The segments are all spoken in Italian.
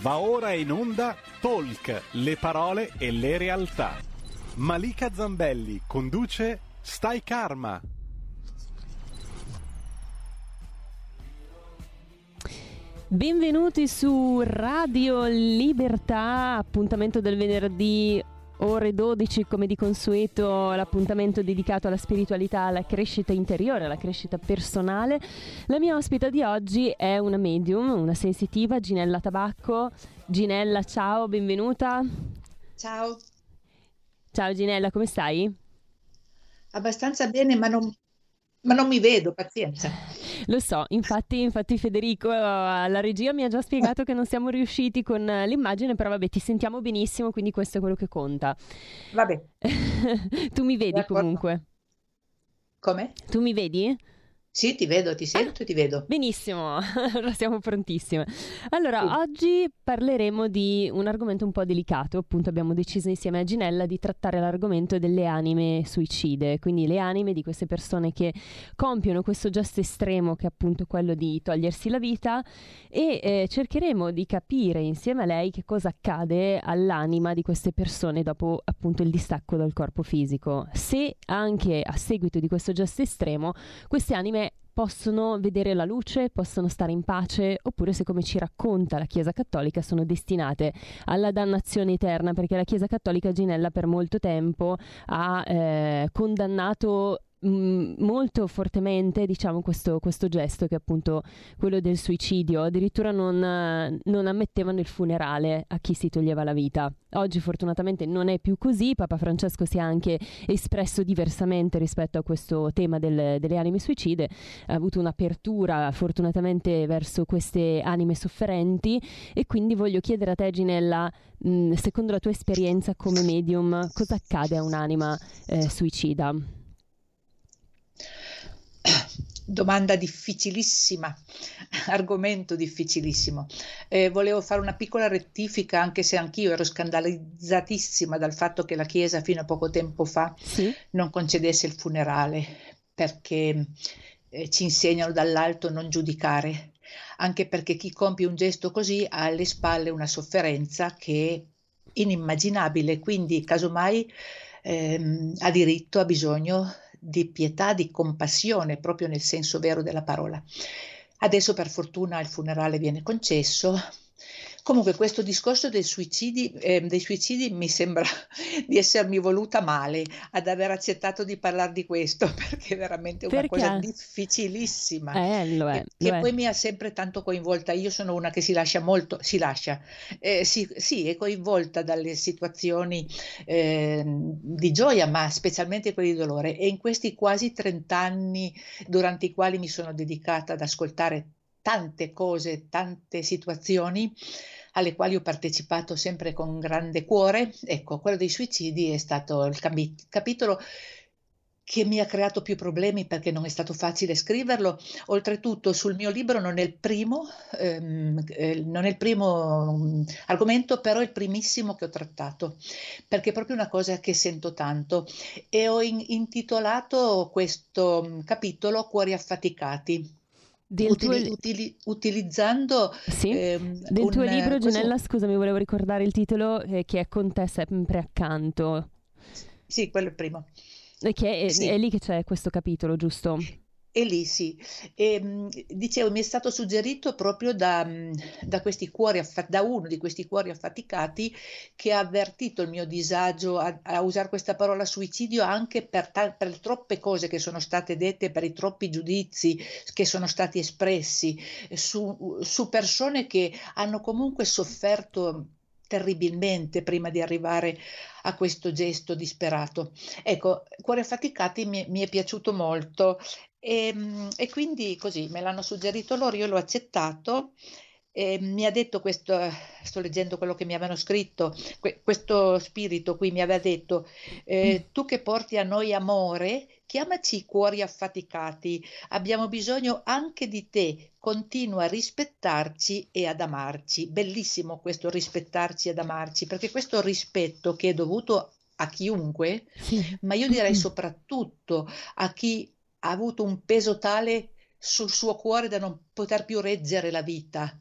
Va ora in onda Talk, le parole e le realtà. Malika Zambelli conduce Stai Karma. Benvenuti su Radio Libertà, appuntamento del venerdì ore 12 come di consueto, l'appuntamento dedicato alla spiritualità, alla crescita interiore, alla crescita personale. La mia ospite di oggi è una medium, una sensitiva, Ginella Tabacco. Ginella, ciao, benvenuta. Ciao. Ciao Ginella, come stai? Abbastanza bene, ma non mi vedo, pazienza. Lo so, infatti Federico alla regia mi ha già spiegato che non siamo riusciti con l'immagine, però vabbè, ti sentiamo benissimo, quindi questo è quello che conta. Vabbè. Tu mi vedi comunque? Come? Tu mi vedi? Sì, ti vedo, ti sento e ti vedo. Benissimo, allora siamo prontissime. Allora, Sì. oggi parleremo di un argomento un po' delicato, appunto abbiamo deciso insieme a Ginella di trattare l'argomento delle anime suicide, quindi le anime di queste persone che compiono questo gesto estremo che è appunto quello di togliersi la vita e cercheremo di capire insieme a lei che cosa accade all'anima di queste persone dopo appunto il distacco dal corpo fisico. Se anche a seguito di questo gesto estremo queste anime possono vedere la luce, possono stare in pace, oppure se, come ci racconta la Chiesa Cattolica, sono destinate alla dannazione eterna, perché la Chiesa Cattolica, Ginella, per molto tempo ha condannato molto fortemente, diciamo, questo gesto che è appunto quello del suicidio. Addirittura non ammettevano il funerale a chi si toglieva la vita. Oggi fortunatamente non è più così. Papa Francesco si è anche espresso diversamente rispetto a questo tema delle anime suicide, ha avuto un'apertura fortunatamente verso queste anime sofferenti, e quindi voglio chiedere a te, Ginella, secondo la tua esperienza come medium, cosa accade a un'anima suicida? Domanda difficilissima, argomento difficilissimo. Volevo fare una piccola rettifica, anche se anch'io ero scandalizzatissima dal fatto che la Chiesa fino a poco tempo fa non concedesse il funerale, perché ci insegnano dall'alto non giudicare, anche perché chi compie un gesto così ha alle spalle una sofferenza che è inimmaginabile, quindi casomai ha diritto, ha bisogno di pietà, di compassione, proprio nel senso vero della parola. Adesso per fortuna il funerale viene concesso. Comunque questo discorso dei suicidi mi sembra di essermi voluta male ad aver accettato di parlare di questo, perché è veramente una cosa difficilissima, che poi mi ha sempre tanto coinvolta. Io sono una che si è coinvolta dalle situazioni di gioia, ma specialmente quelli di dolore, e in questi quasi 30 anni durante i quali mi sono dedicata ad ascoltare tante cose, tante situazioni alle quali ho partecipato sempre con grande cuore. Ecco, quello dei suicidi è stato il capitolo che mi ha creato più problemi, perché non è stato facile scriverlo. Oltretutto sul mio libro non è il primo argomento, però è il primissimo che ho trattato, perché è proprio una cosa che sento tanto, e ho intitolato questo capitolo Cuori affaticati. Utilizzando del tuo libro, Ginella, scusami, volevo ricordare il titolo, che è Con te sempre accanto. Sì, quello è il primo. Che è lì che c'è questo capitolo, giusto? E lì sì, dicevo, mi è stato suggerito proprio da uno di questi cuori affaticati, che ha avvertito il mio disagio a usare questa parola suicidio, anche per le troppe cose che sono state dette, per i troppi giudizi che sono stati espressi su persone che hanno comunque sofferto terribilmente prima di arrivare a questo gesto disperato. Ecco, Cuori affaticati mi è piaciuto molto, e quindi così me l'hanno suggerito loro, io l'ho accettato, e mi ha detto questo, sto leggendo quello che mi avevano scritto, questo spirito qui mi aveva detto: tu che porti a noi amore, chiamaci cuori affaticati, abbiamo bisogno anche di te, continua a rispettarci e ad amarci. Bellissimo questo rispettarci ed amarci, perché questo rispetto che è dovuto a chiunque, ma io direi soprattutto a chi ha avuto un peso tale sul suo cuore da non poter più reggere la vita,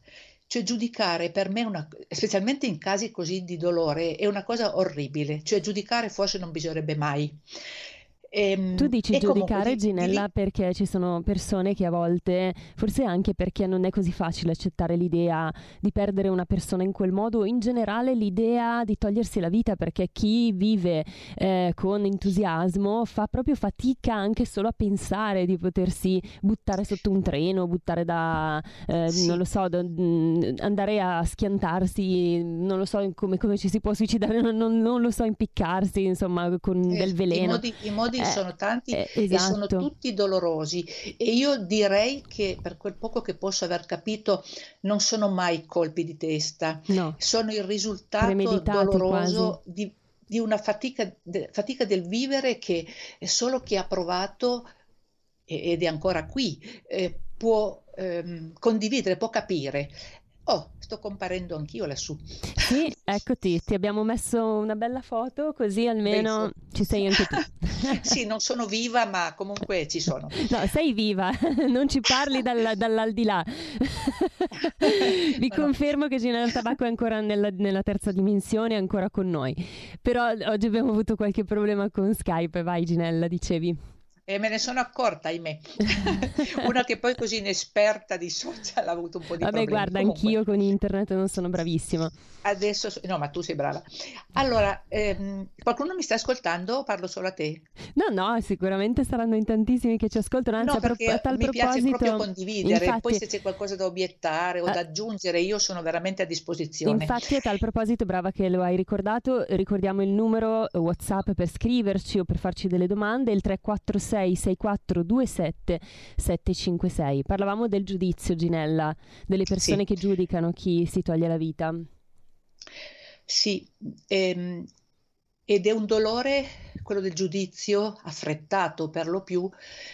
Cioè giudicare per me, specialmente in casi così di dolore, è una cosa orribile. Cioè giudicare forse non bisognerebbe mai. Tu dici E comunque giudicare, Ginella, perché ci sono persone che a volte, forse anche perché non è così facile accettare l'idea di perdere una persona in quel modo, o in generale l'idea di togliersi la vita, perché chi vive con entusiasmo fa proprio fatica anche solo a pensare di potersi buttare sotto un treno, buttare non lo sì. so, andare a schiantarsi, non lo so come ci si può suicidare, non lo so, impiccarsi, insomma, con del veleno. I modi sono tanti e sono Esatto. tutti dolorosi, e io direi che per quel poco che posso aver capito non sono mai colpi di testa, No, sono il risultato premeditati quasi. doloroso di una fatica del vivere che solo chi ha provato ed è ancora qui può condividere, può capire. Oh, sto comparendo anch'io lassù. Sì, eccoti, ti abbiamo messo una bella foto così almeno Benissimo. ci sei anche tu. Sì, non sono viva, ma comunque ci sono. No, sei viva, non ci parli dall'aldilà. Vi No, no. confermo che Ginella Tabacco è ancora nella terza dimensione, è ancora con noi. Però oggi abbiamo avuto qualche problema con Skype. Vai Ginella, dicevi. E me ne sono accorta, ahimè. Una che poi così inesperta di social ha avuto un po' di Vabbè, problemi. guarda, Comunque, anch'io con internet non sono bravissima. adesso... No, ma tu sei brava. Allora, qualcuno mi sta ascoltando o parlo solo a te? No, sicuramente saranno in tantissimi che ci ascoltano, anzi No, a perché tal mi piace proprio proposito, condividere, poi infatti, se c'è qualcosa da obiettare o da aggiungere, io sono veramente a disposizione. infatti a tal proposito, brava che lo hai ricordato, ricordiamo il numero WhatsApp per scriverci o per farci delle domande, il 346 6427 756. Parlavamo del giudizio, Ginella, delle persone Sì. che giudicano chi si toglie la vita. Sì, ed è un dolore, quello del giudizio, affrettato per lo più,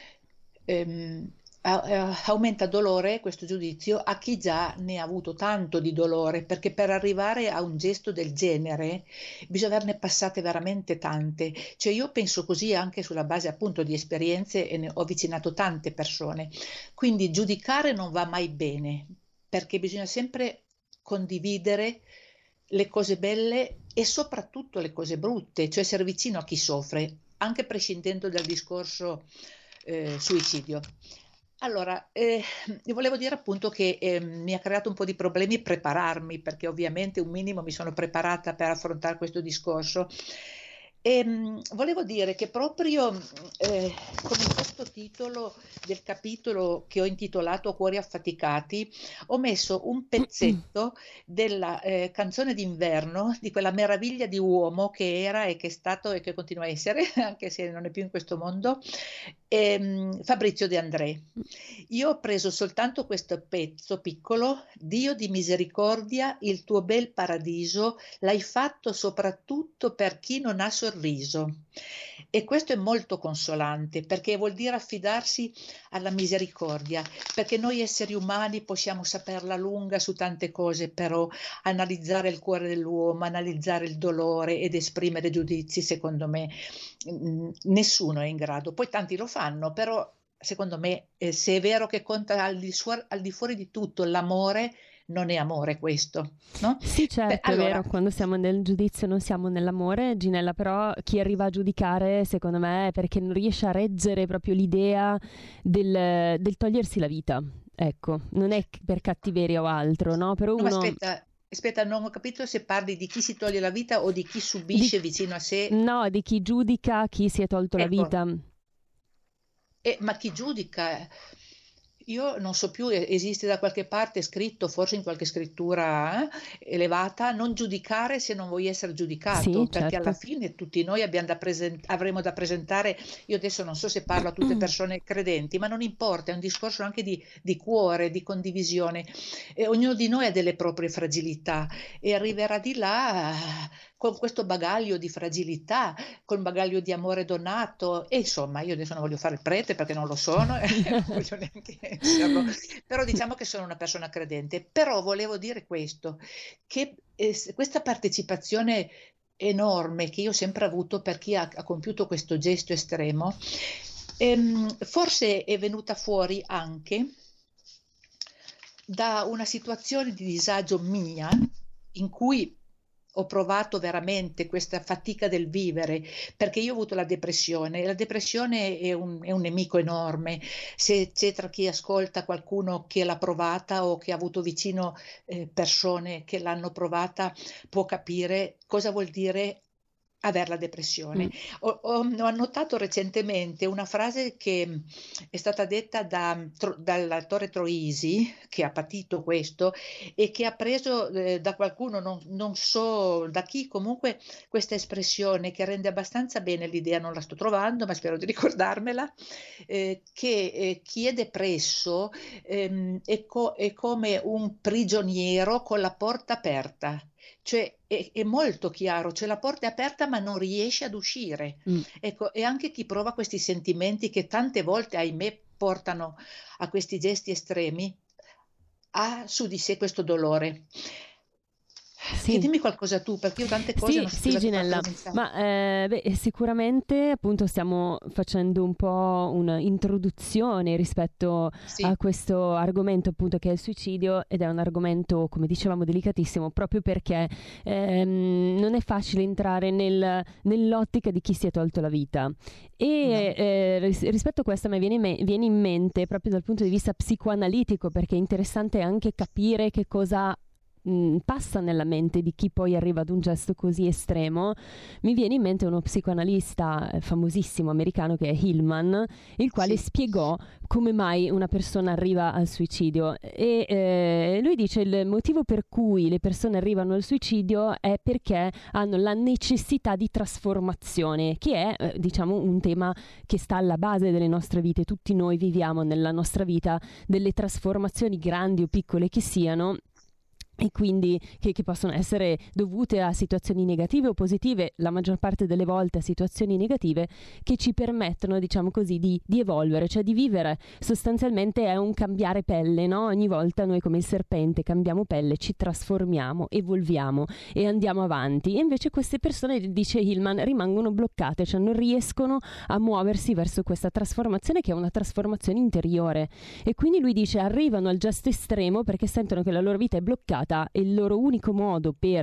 aumenta dolore questo giudizio a chi già ne ha avuto tanto di dolore, perché per arrivare a un gesto del genere bisogna averne passate veramente tante. Cioè io penso così anche sulla base appunto di esperienze, e ne ho avvicinato tante persone. Quindi giudicare non va mai bene, perché bisogna sempre condividere le cose belle e soprattutto le cose brutte, cioè essere vicino a chi soffre, anche prescindendo dal discorso suicidio. Allora, volevo dire appunto che mi ha creato un po' di problemi prepararmi, perché ovviamente un minimo mi sono preparata per affrontare questo discorso. Volevo dire che proprio come sottotitolo del capitolo che ho intitolato Cuori affaticati, ho messo un pezzetto della canzone d'inverno di quella meraviglia di uomo che era e che è stato e che continua a essere, anche se non è più in questo mondo, Fabrizio De André. Io ho preso soltanto questo pezzo piccolo: Dio di misericordia, il tuo bel paradiso l'hai fatto soprattutto per chi non ha sorriso. E questo è molto consolante, perché vuol dire affidarsi alla misericordia, perché noi esseri umani possiamo saperla lunga su tante cose, però analizzare il cuore dell'uomo, analizzare il dolore ed esprimere giudizi, secondo me nessuno è in grado. Poi tanti lo fanno, però secondo me se è vero che conta al di fuori di tutto l'amore, non è amore questo, no? Sì, certo, Allora, è vero, quando siamo nel giudizio non siamo nell'amore, Ginella, però chi arriva a giudicare, secondo me, è perché non riesce a reggere proprio l'idea del togliersi la vita. Ecco, non è per cattiveria o altro, no? Però no, ma uno... aspetta, non ho capito se parli di chi si toglie la vita o di chi Di, subisce vicino a sé. no, di chi giudica chi si è tolto la Ecco, vita. ma chi giudica? Io non so più, esiste da qualche parte scritto, forse in qualche scrittura elevata, non giudicare se non vuoi essere Sì, giudicato, perché alla certo. fine tutti noi avremo da presentare. Io adesso non so se parlo a tutte persone credenti, ma non importa, è un discorso anche di cuore, di condivisione. E ognuno di noi ha delle proprie fragilità e arriverà di là con questo bagaglio di fragilità, col bagaglio di amore donato. E insomma, io adesso non voglio fare il prete perché non lo sono, non voglio neanche esserlo, però diciamo che sono una persona credente. Però volevo dire questo, che questa partecipazione enorme che io ho sempre avuto per chi ha compiuto questo gesto estremo, forse è venuta fuori anche da una situazione di disagio mia, in cui ho provato veramente questa fatica del vivere, perché io ho avuto la depressione, e la depressione è un nemico enorme. Se c'è tra chi ascolta qualcuno che l'ha provata o che ha avuto vicino persone che l'hanno provata, può capire cosa vuol dire avere la depressione. Ho annotato recentemente una frase che è stata detta dall'attore Troisi, che ha patito questo e che ha preso da qualcuno, non so da chi, comunque questa espressione che rende abbastanza bene l'idea, non la sto trovando, ma spero di ricordarmela, che chi è depresso è come un prigioniero con la porta aperta. Cioè è molto chiaro, cioè la porta è aperta ma non riesce ad uscire. Ecco, e anche chi prova questi sentimenti che tante volte, ahimè, portano a questi gesti estremi, ha su di sé questo dolore. Sì. Chiedimi qualcosa tu, perché io tante cose non so cosa Ginella, ma sicuramente appunto stiamo facendo un po' un'introduzione rispetto a questo argomento appunto che è il suicidio, ed è un argomento, come dicevamo, delicatissimo, proprio perché non è facile entrare nell'ottica di chi si è tolto la vita. E rispetto a questo mi viene in mente, proprio dal punto di vista psicoanalitico, perché è interessante anche capire che cosa passa nella mente di chi poi arriva ad un gesto così estremo. Mi viene in mente uno psicoanalista famosissimo americano che è Hillman, il quale spiegò come mai una persona arriva al suicidio, e lui dice il motivo per cui le persone arrivano al suicidio è perché hanno la necessità di trasformazione, che è diciamo un tema che sta alla base delle nostre vite. Tutti noi viviamo nella nostra vita delle trasformazioni, grandi o piccole che siano, e quindi che possono essere dovute a situazioni negative o positive, la maggior parte delle volte a situazioni negative, che ci permettono, diciamo così, di evolvere, cioè di vivere. Sostanzialmente è un cambiare pelle, no? Ogni volta noi, come il serpente, cambiamo pelle, ci trasformiamo, evolviamo e andiamo avanti. E invece queste persone, dice Hillman, rimangono bloccate, cioè non riescono a muoversi verso questa trasformazione, che è una trasformazione interiore. E quindi lui dice arrivano al gesto estremo perché sentono che la loro vita è bloccata, e il loro unico modo per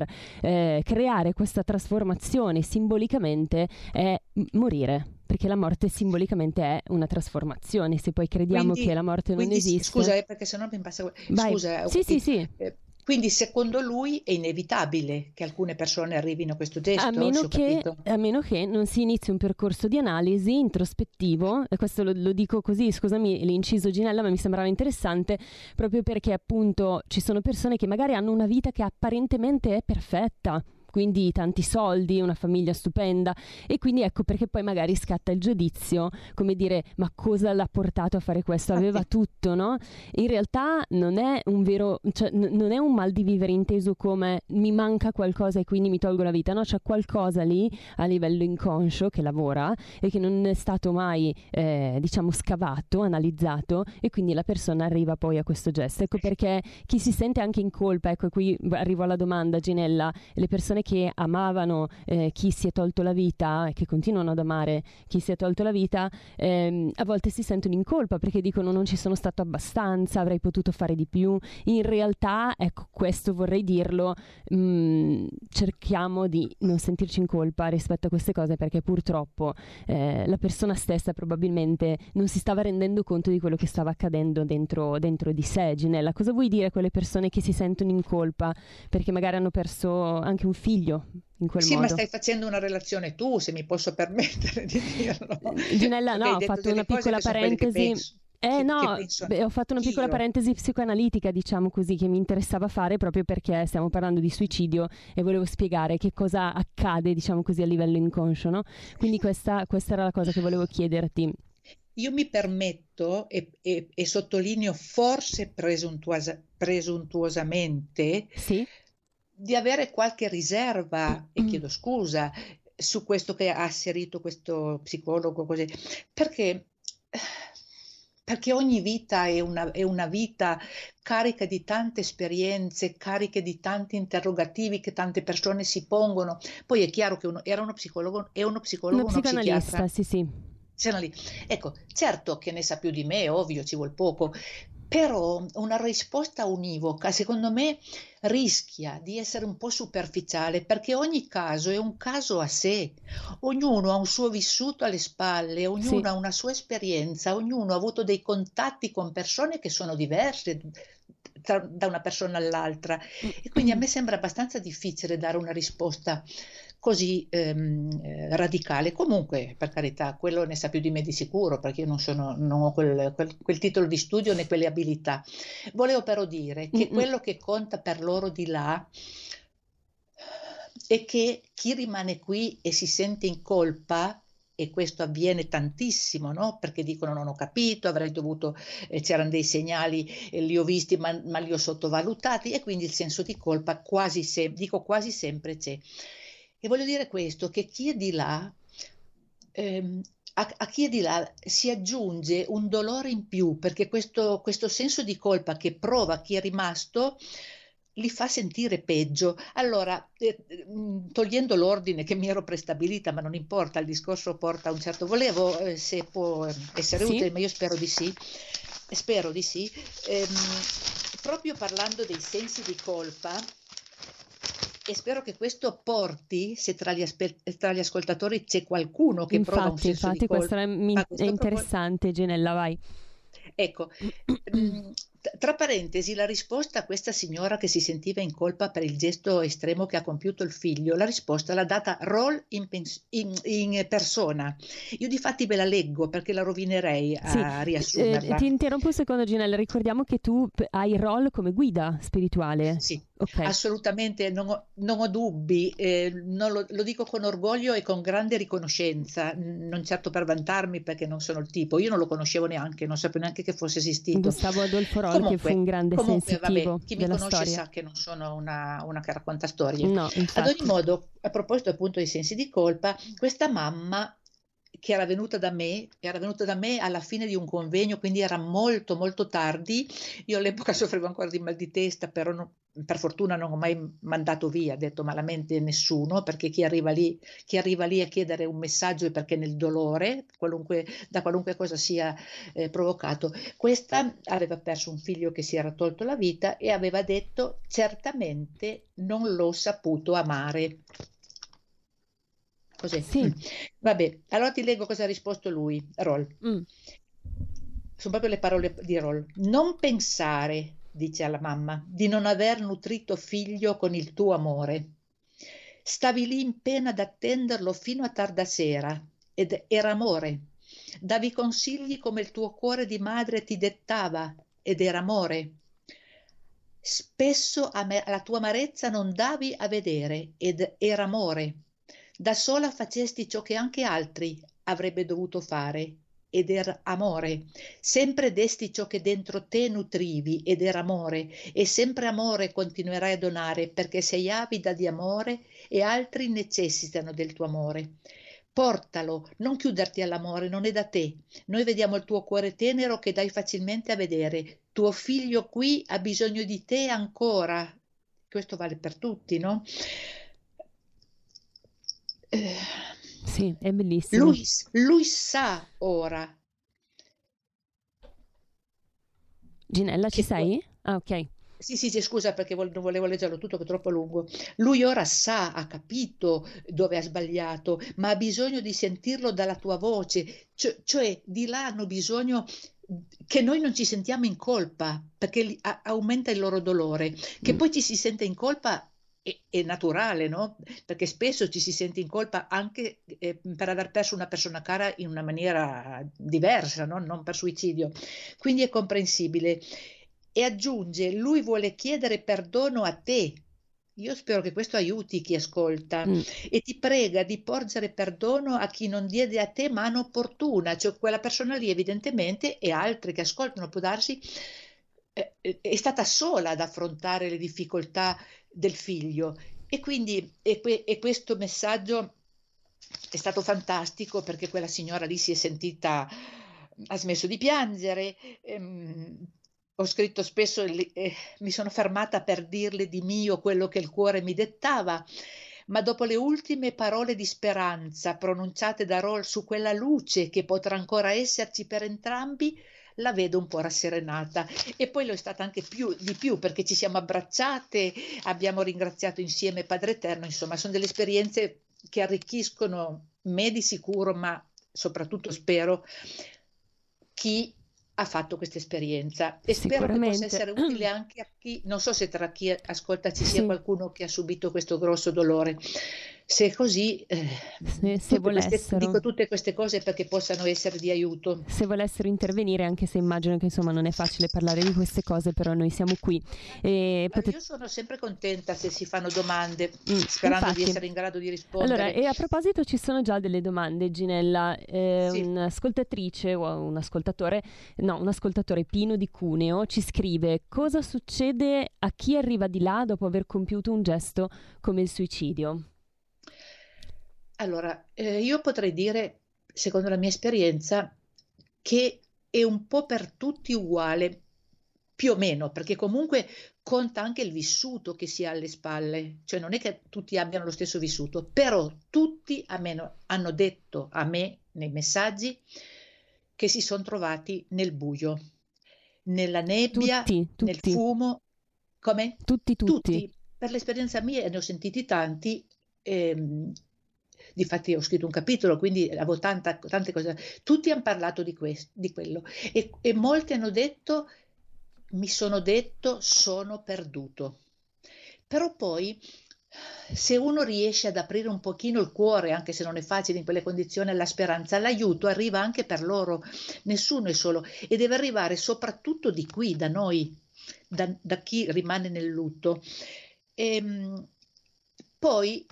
creare questa trasformazione simbolicamente è morire, perché la morte simbolicamente è una trasformazione. Se poi crediamo che la morte non esiste... Scusa, perché sennò mi passa... Vai. Scusa, sì. Quindi secondo lui è inevitabile che alcune persone arrivino a questo gesto? A meno che non si inizi un percorso di analisi introspettivo, e questo lo dico così, scusami l'inciso Ginella, ma mi sembrava interessante, proprio perché appunto ci sono persone che magari hanno una vita che apparentemente è perfetta, quindi tanti soldi, una famiglia stupenda, e quindi ecco perché poi magari scatta il giudizio, come dire, ma cosa l'ha portato a fare questo? Aveva tutto, no? In realtà non è un vero, cioè non è un mal di vivere inteso come mi manca qualcosa e quindi mi tolgo la vita, no? C'è qualcosa lì a livello inconscio che lavora e che non è stato mai diciamo scavato, analizzato, e quindi la persona arriva poi a questo gesto. Ecco perché chi si sente anche in colpa, ecco qui arrivo alla domanda, Ginella, le persone che amavano chi si è tolto la vita e che continuano ad amare chi si è tolto la vita, a volte si sentono in colpa perché dicono non ci sono stato abbastanza, avrei potuto fare di più. In realtà, ecco, questo vorrei dirlo, cerchiamo di non sentirci in colpa rispetto a queste cose, perché purtroppo la persona stessa probabilmente non si stava rendendo conto di quello che stava accadendo dentro di sé. Ginella, cosa vuoi dire a quelle persone che si sentono in colpa perché magari hanno perso anche un figlio in quel modo? Ma stai facendo una relazione tu, se mi posso permettere di dirlo. Ginella, no, ho fatto una piccola parentesi. Ho fatto una piccola parentesi psicoanalitica, diciamo così, che mi interessava fare proprio perché stiamo parlando di suicidio e volevo spiegare che cosa accade, diciamo così, a livello inconscio, no? Quindi questa era la cosa che volevo chiederti. Io mi permetto e sottolineo forse presuntuosamente di avere qualche riserva, e chiedo scusa, su questo che ha asserito questo psicologo, così, perché ogni vita è una vita carica di tante esperienze, cariche di tanti interrogativi che tante persone si pongono. Poi è chiaro che era uno psicologo, uno psicanalista, sì. Lì. Ecco, certo che ne sa più di me, ovvio, ci vuol poco, Però una risposta univoca, secondo me, rischia di essere un po' superficiale, perché ogni caso è un caso a sé, ognuno ha un suo vissuto alle spalle, Sì. ognuno ha una sua esperienza, ognuno ha avuto dei contatti con persone che sono diverse da una persona all'altra, e quindi a me sembra abbastanza difficile dare una risposta così radicale. Comunque, per carità, quello ne sa più di me di sicuro, perché io non ho quel titolo di studio né quelle abilità. Volevo però dire che Mm-mm. quello che conta per loro di là è che chi rimane qui e si sente in colpa, e questo avviene tantissimo, no? Perché dicono non ho capito, avrei dovuto, c'erano dei segnali, li ho visti ma li ho sottovalutati, e quindi il senso di colpa quasi sempre c'è. E voglio dire questo, che chi è di là, ehm, a chi è di là si aggiunge un dolore in più, perché questo senso di colpa che prova chi è rimasto li fa sentire peggio. Allora, togliendo l'ordine che mi ero prestabilita, ma non importa, il discorso porta a un certo... Volevo, se può essere Sì, utile, ma io spero di sì, ehm, proprio parlando dei sensi di colpa, e spero che questo porti, se tra gli ascoltatori c'è qualcuno che prova un senso di infatti questo colpa a è questo proposito. interessante, Ginella, vai. Ecco, tra parentesi, la risposta a questa signora che si sentiva in colpa per il gesto estremo che ha compiuto il figlio, la risposta l'ha data Roll in persona. Io difatti ve la leggo perché la rovinerei Sì, a riassumerla. ti interrompo un secondo, Ginella. Ricordiamo che tu hai il rol come guida spirituale. Sì, Ok. assolutamente, non ho dubbi, lo dico con orgoglio e con grande riconoscenza, non certo per vantarmi perché non sono il tipo, io non lo conoscevo neanche, non sapevo neanche che fosse esistito. Gustavo Adolfo Roll, che fu un grande Comunque, vabbè, sensitivo chi mi della conosce storia. sa che non sono una che racconta storie. No, Ad ogni infatti. modo, a proposito appunto dei sensi di colpa, questa mamma che era venuta da me alla fine di un convegno, quindi era molto molto tardi. Io all'epoca soffrivo ancora di mal di testa, però per fortuna non ho mai mandato via, detto malamente, nessuno, perché chi arriva lì a chiedere un messaggio è perché nel dolore, da qualunque cosa sia provocato. Questa aveva perso un figlio che si era tolto la vita e aveva detto: certamente non l'ho saputo amare. Così. Sì. Vabbè, allora ti leggo cosa ha risposto lui, Roll. Mm. Sono proprio le parole di Roll. Non pensare, dice alla mamma, di non aver nutrito figlio con il tuo amore. Stavi lì in pena ad attenderlo fino a tarda sera, ed era amore. Davi consigli come il tuo cuore di madre ti dettava, ed era amore. Spesso la tua amarezza non davi a vedere, ed era amore. Da sola facesti ciò che anche altri avrebbe dovuto fare, ed era amore. Sempre desti ciò che dentro te nutrivi, ed era amore, e sempre amore continuerai a donare, perché sei avida di amore e altri necessitano del tuo amore. Portalo, non chiuderti all'amore, non è da te. Noi vediamo il tuo cuore tenero che dai facilmente a vedere. Tuo figlio qui ha bisogno di te ancora. Questo vale per tutti, no? Eh, Sì, è bellissimo. lui sa ora Ginella, ci che tu... sei? Ah, ok. Sì, sì, sì, scusa perché non volevo leggerlo tutto, che è troppo lungo. Lui ora sa, ha capito dove ha sbagliato, ma ha bisogno di sentirlo dalla tua voce, cioè di là hanno bisogno che noi non ci sentiamo in colpa, perché aumenta il loro dolore. Che Mm. poi ci si sente in colpa è naturale, no? Perché spesso ci si sente in colpa anche per aver perso una persona cara in una maniera diversa, no? Non per suicidio. Quindi è comprensibile. E aggiunge, lui vuole chiedere perdono a te. Io spero che questo aiuti chi ascolta, Mm. e ti prega di porgere perdono a chi non diede a te mano opportuna, cioè quella persona lì evidentemente, e altri che ascoltano, può darsi, è stata sola ad affrontare le difficoltà del figlio, e quindi questo messaggio è stato fantastico, perché quella signora lì si è sentita, ha smesso di piangere. Ho scritto spesso, mi sono fermata per dirle di mio quello che il cuore mi dettava, ma dopo le ultime parole di speranza pronunciate da Roll su quella luce che potrà ancora esserci per entrambi, la vedo un po' rasserenata. E poi lo è stata anche di più, perché ci siamo abbracciate, abbiamo ringraziato insieme Padre Eterno. Insomma, sono delle esperienze che arricchiscono me di sicuro, ma soprattutto spero chi ha fatto questa esperienza, e spero che possa essere utile anche a chi, non so se tra chi ascolta ci sia qualcuno che ha subito questo grosso dolore. Se è così, se volessero, dico tutte queste cose perché possano essere di aiuto. Se volessero intervenire, anche se immagino che insomma non è facile parlare di queste cose, però noi siamo qui. Io sono sempre contenta se si fanno domande, sperando di essere in grado di rispondere. Allora, e a proposito ci sono già delle domande, Ginella. Un'ascoltatrice o un ascoltatore, un ascoltatore, Pino di Cuneo, ci scrive: cosa succede a chi arriva di là dopo aver compiuto un gesto come il suicidio? Allora, io potrei dire, secondo la mia esperienza, che è un po' per tutti uguale, più o meno, perché comunque conta anche il vissuto che si ha alle spalle, cioè non è che tutti abbiano lo stesso vissuto, però tutti hanno detto a me nei messaggi che si sono trovati nel buio, nella nebbia, nel fumo. Come? Tutti. Per l'esperienza mia, ne ho sentiti tanti. Difatti ho scritto un capitolo, quindi avevo tante cose. Tutti hanno parlato di quello, e molti hanno detto: mi sono detto, sono perduto. Però poi, se uno riesce ad aprire un pochino il cuore, anche se non è facile in quelle condizioni, alla speranza, l'aiuto arriva anche per loro. Nessuno è solo, e deve arrivare soprattutto di qui, da noi, da chi rimane nel lutto. Poi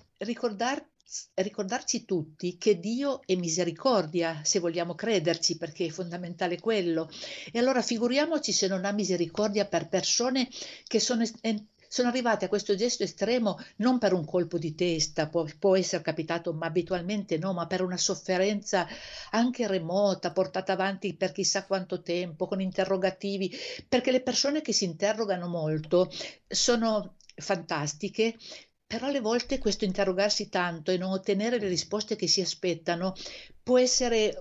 ricordarci tutti che Dio è misericordia, se vogliamo crederci, perché è fondamentale quello. E allora figuriamoci se non ha misericordia per persone che sono arrivate a questo gesto estremo non per un colpo di testa, può essere capitato, ma abitualmente no, ma per una sofferenza anche remota, portata avanti per chissà quanto tempo, con interrogativi, perché le persone che si interrogano molto sono fantastiche. Però alle volte questo interrogarsi tanto e non ottenere le risposte che si aspettano può essere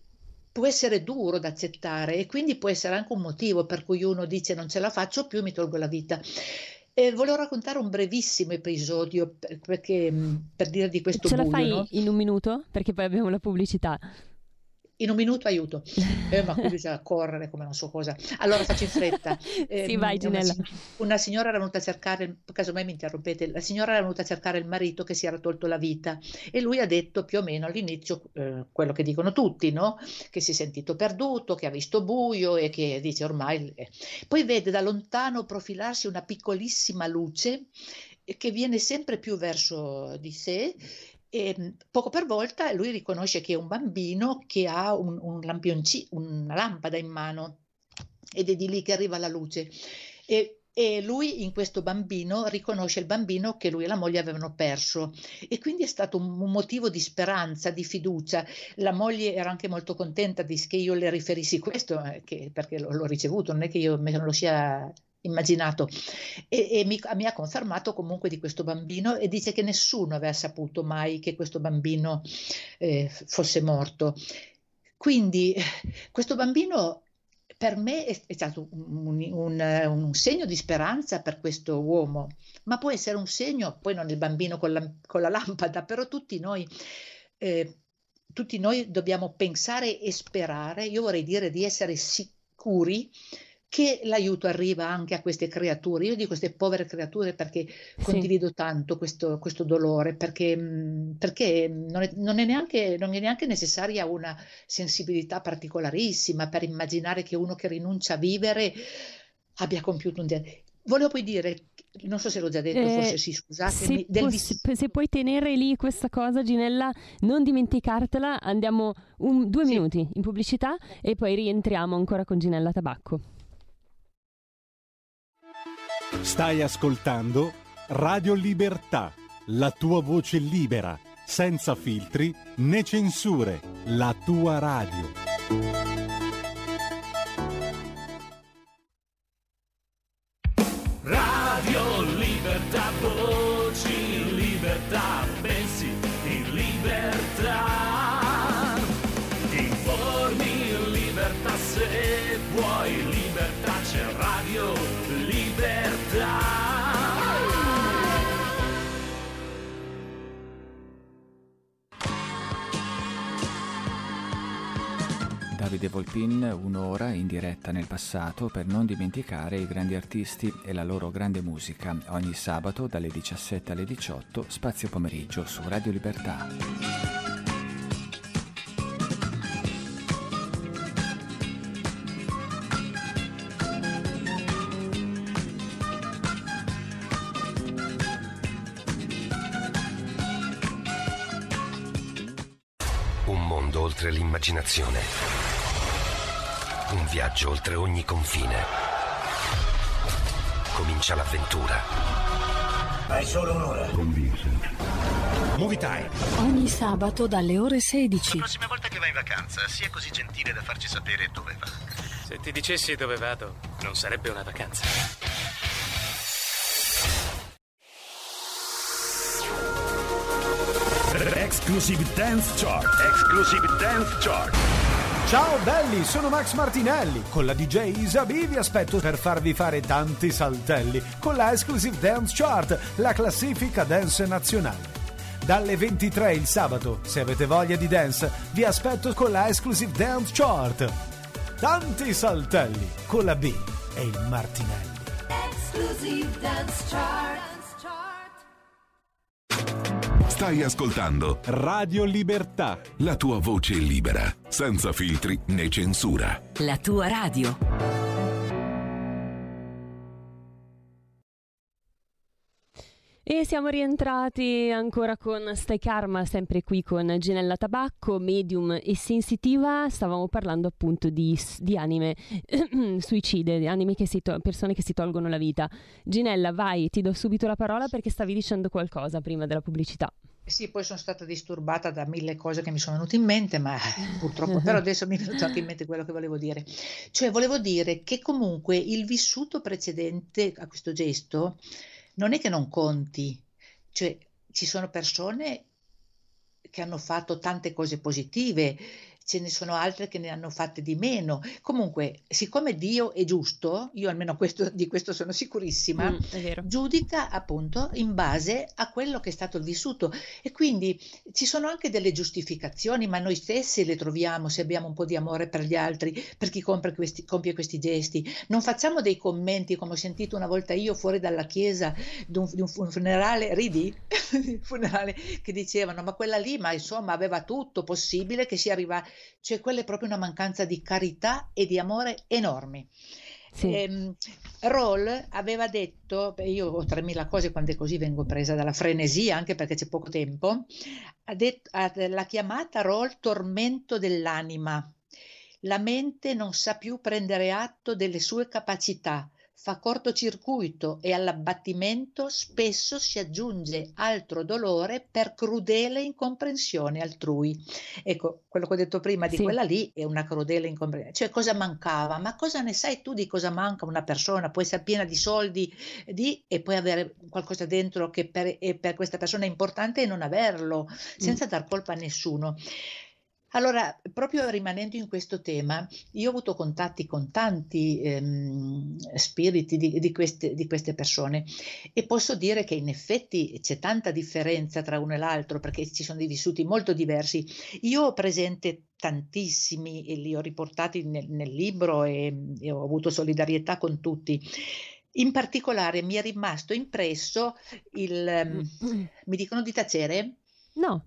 duro da accettare, e quindi può essere anche un motivo per cui uno dice: non ce la faccio più, mi tolgo la vita. Volevo raccontare un brevissimo episodio per dire di questo buio. Ce la fai, no? In un minuto? Perché poi abbiamo la pubblicità. In un minuto, aiuto. Ma qui bisogna correre come non so cosa. Allora faccio in fretta. Sì, vai, Ginella. Una signora era venuta a cercare, casomai mi interrompete, la signora era venuta a cercare il marito che si era tolto la vita, e lui ha detto più o meno all'inizio quello che dicono tutti, no? Che si è sentito perduto, che ha visto buio e che dice ormai... Poi vede da lontano profilarsi una piccolissima luce che viene sempre più verso di sé, e poco per volta lui riconosce che è un bambino che ha una lampada in mano, ed è di lì che arriva la luce, e lui in questo bambino riconosce il bambino che lui e la moglie avevano perso, e quindi è stato un motivo di speranza, di fiducia. La moglie era anche molto contenta che io le riferissi questo, perché l'ho ricevuto, non è che io me lo sia immaginato, e mi ha confermato comunque di questo bambino, e dice che nessuno aveva saputo mai che questo bambino fosse morto. Quindi questo bambino per me è stato un segno di speranza per questo uomo, ma può essere un segno, poi non il bambino con la lampada, però tutti noi dobbiamo pensare e sperare, io vorrei dire di essere sicuri che l'aiuto arriva anche a queste creature. Io dico queste povere creature perché condivido tanto questo dolore, perché non è neanche necessaria una sensibilità particolarissima per immaginare che uno che rinuncia a vivere abbia compiuto un delirio. Volevo poi dire, non so se l'ho già detto, forse sì, scusatemi. Se puoi tenere lì questa cosa, Ginella, non dimenticartela. Andiamo 2 minuti in pubblicità e poi rientriamo ancora con Ginella Tabacco. Stai ascoltando Radio Libertà, la tua voce libera, senza filtri né censure, la tua radio. Radio Libertà, voci libertà, pensi in libertà, ti informi in libertà se vuoi. Davide Volpin, un'ora in diretta nel passato per non dimenticare i grandi artisti e la loro grande musica. Ogni sabato dalle 17 alle 18, spazio pomeriggio su Radio Libertà. Un mondo oltre l'immaginazione. Un viaggio oltre ogni confine. Comincia l'avventura. Hai solo un'ora. Con Vincent. Movie Time. Ogni sabato dalle ore 16. La prossima volta che vai in vacanza, sia così gentile da farci sapere dove va. Se ti dicessi dove vado, non sarebbe una vacanza. Exclusive Dance Chart. Exclusive Dance Chart. Ciao belli, sono Max Martinelli. Con la DJ Isabi vi aspetto per farvi fare tanti saltelli con la Exclusive Dance Chart, la classifica dance nazionale. Dalle 23 il sabato, se avete voglia di dance, vi aspetto con la Exclusive Dance Chart. Tanti saltelli con la B e il Martinelli. Exclusive Dance Chart. Stai ascoltando Radio Libertà, la tua voce libera, senza filtri né censura. La tua radio. E siamo rientrati ancora con Stai Karma, sempre qui con Ginella Tabacco, medium e sensitiva. Stavamo parlando appunto di anime suicide, di anime persone che si tolgono la vita. Ginella, vai, ti do subito la parola perché stavi dicendo qualcosa prima della pubblicità. Sì, poi sono stata disturbata da 1000 cose che mi sono venute in mente, ma purtroppo, però adesso mi è venuto anche in mente quello che volevo dire. Cioè, volevo dire che comunque il vissuto precedente a questo gesto non è che non conti, cioè ci sono persone che hanno fatto tante cose positive, ce ne sono altre che ne hanno fatte di meno. Comunque, siccome Dio è giusto, io almeno di questo sono sicurissima, è vero. Giudica appunto in base a quello che è stato il vissuto, e quindi ci sono anche delle giustificazioni, ma noi stessi le troviamo se abbiamo un po' di amore per gli altri, per chi compie questi gesti. Non facciamo dei commenti, come ho sentito una volta io fuori dalla chiesa di un funerale, ridi? Funerale, che dicevano, ma quella lì, ma insomma aveva tutto possibile che si arriva. Cioè quella è proprio una mancanza di carità e di amore enormi. Sì. Roll aveva detto, io ho 3000 cose quando è così vengo presa dalla frenesia, anche perché c'è poco tempo, l'ha chiamata Roll tormento dell'anima. La mente non sa più prendere atto delle sue capacità, fa cortocircuito e all'abbattimento spesso si aggiunge altro dolore per crudele incomprensione altrui. Ecco, quello che ho detto prima di quella lì è una crudele incomprensione. Cioè, cosa mancava? Ma cosa ne sai tu di cosa manca una persona? Può essere piena di soldi e poi avere qualcosa dentro che per questa persona è importante e non averlo, senza dar colpa a nessuno. Allora, proprio rimanendo in questo tema, io ho avuto contatti con tanti spiriti di queste persone, e posso dire che in effetti c'è tanta differenza tra uno e l'altro, perché ci sono dei vissuti molto diversi. Io ho presente tantissimi e li ho riportati nel libro e ho avuto solidarietà con tutti. In particolare mi è rimasto impresso mi dicono di tacere? No.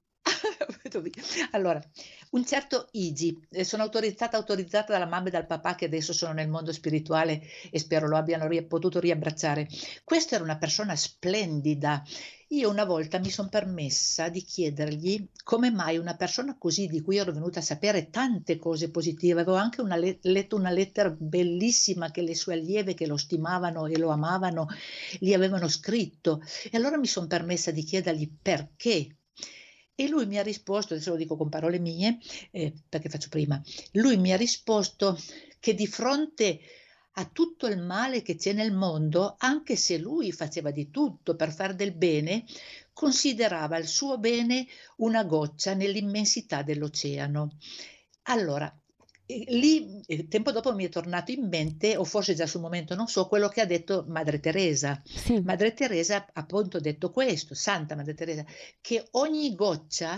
Allora, un certo Igi, sono autorizzata dalla mamma e dal papà che adesso sono nel mondo spirituale e spero lo abbiano potuto riabbracciare. Questa era una persona splendida. Io una volta mi sono permessa di chiedergli come mai una persona così, di cui ero venuta a sapere tante cose positive, avevo anche letto una lettera bellissima che le sue allieve, che lo stimavano e lo amavano, gli avevano scritto, e allora mi sono permessa di chiedergli perché. E lui mi ha risposto, adesso lo dico con parole mie, perché faccio prima, lui mi ha risposto che di fronte a tutto il male che c'è nel mondo, anche se lui faceva di tutto per far del bene, considerava il suo bene una goccia nell'immensità dell'oceano. Allora, lì, tempo dopo mi è tornato in mente, o forse già sul momento non so, quello che ha detto Madre Teresa. Sì. Madre Teresa ha appunto detto questo, Santa Madre Teresa, che ogni goccia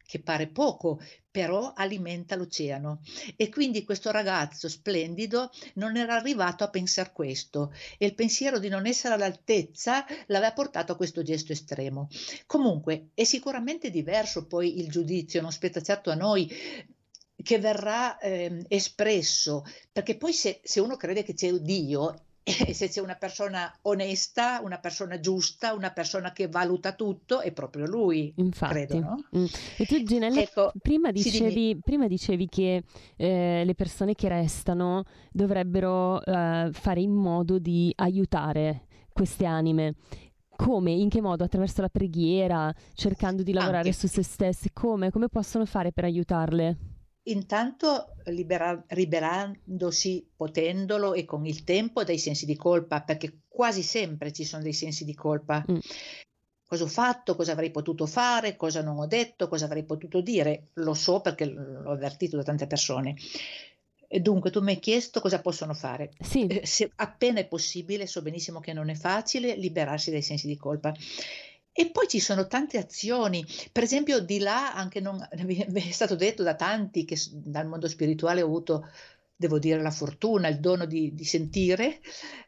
che pare poco, però alimenta l'oceano. E quindi questo ragazzo splendido non era arrivato a pensare questo, e il pensiero di non essere all'altezza l'aveva portato a questo gesto estremo. Comunque è sicuramente diverso poi il giudizio, non spetta certo a noi, che verrà espresso, perché poi se uno crede che c'è Dio, e se c'è una persona onesta, una persona giusta, una persona che valuta tutto, è proprio lui. Infatti. Credo, no? E tu, Ginella, Ecco, prima sì, dicevi che le persone che restano dovrebbero fare in modo di aiutare queste anime. Come? In che modo? Attraverso la preghiera, cercando di lavorare su se stessi? Come possono fare per aiutarle? Intanto liberandosi, potendolo, e con il tempo, dai sensi di colpa, perché quasi sempre ci sono dei sensi di colpa. Cosa ho fatto, cosa avrei potuto fare, cosa non ho detto, cosa avrei potuto dire. Lo so perché l'ho avvertito da tante persone. E dunque tu mi hai chiesto cosa possono fare. Sì. Se appena è possibile, so benissimo che non è facile liberarsi dai sensi di colpa. E poi ci sono tante azioni, per esempio di là anche è stato detto da tanti che dal mondo spirituale ho avuto, devo dire, la fortuna, il dono di sentire,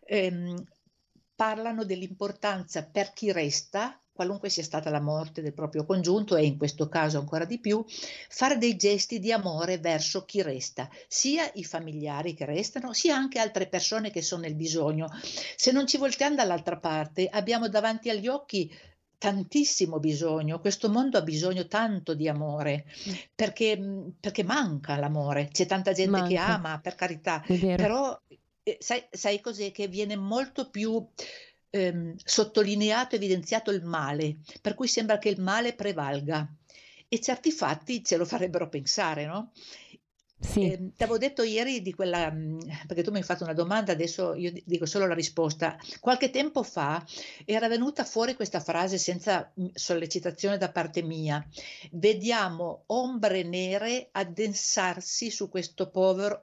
parlano dell'importanza per chi resta, qualunque sia stata la morte del proprio congiunto, e in questo caso ancora di più, fare dei gesti di amore verso chi resta, sia i familiari che restano, sia anche altre persone che sono nel bisogno. Se non ci voltiamo dall'altra parte, abbiamo davanti agli occhi tantissimo bisogno, questo mondo ha bisogno tanto di amore, perché manca l'amore, c'è tanta gente che ama, per carità, però sai cos'è? Che viene molto più sottolineato, evidenziato il male, per cui sembra che il male prevalga, e certi fatti ce lo farebbero pensare, no? Sì. Ti avevo detto ieri di quella, perché tu mi hai fatto una domanda, adesso io dico solo la risposta. Qualche tempo fa era venuta fuori questa frase senza sollecitazione da parte mia: vediamo ombre nere addensarsi su questo povero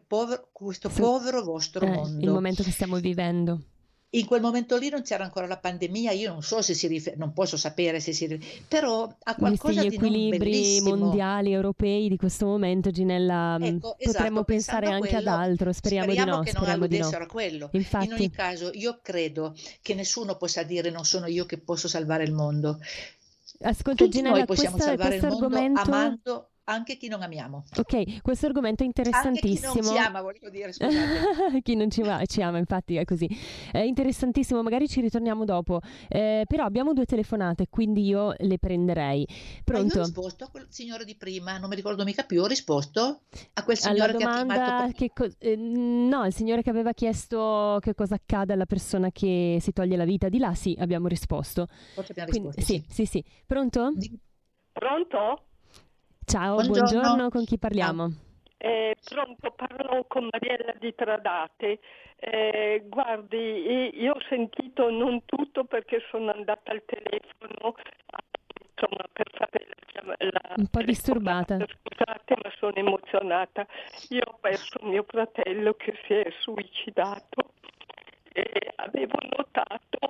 vostro mondo. Il momento che stiamo vivendo. In quel momento lì non c'era ancora la pandemia, io non so se non posso sapere se però ha qualcosa gli di non equilibri bellissimo. mondiali, europei di questo momento, Ginella, Ecco, potremmo esatto, pensare anche ad altro, speriamo di no. Che non alludessero a quello. Infatti. In ogni caso, io credo che nessuno possa dire non sono io che posso salvare il mondo. Ascolta, Tutti Ginella, noi possiamo salvare il mondo argomento... amando anche chi non amiamo. Ok, questo argomento è interessantissimo. Anche chi non ci ama, volevo dire, scusate. Chi non ci ama, infatti è così. È interessantissimo, magari ci ritorniamo dopo. Però abbiamo 2 telefonate, quindi io le prenderei. Pronto? Ma io ho risposto a quel signore di prima, non mi ricordo mica più, ho risposto a quel signore alla domanda che ha chiamato... no, il signore che aveva chiesto che cosa accade alla persona che si toglie la vita. Di là sì, abbiamo risposto. Forse abbiamo risposto, sì. Pronto? Pronto? Ciao, buongiorno, con chi parliamo? Pronto, parlo con Mariella di Tradate. Guardi, io ho sentito non tutto perché sono andata al telefono, insomma, per fare un po' disturbata. Scusate, ma sono emozionata. Io ho perso mio fratello che si è suicidato e avevo notato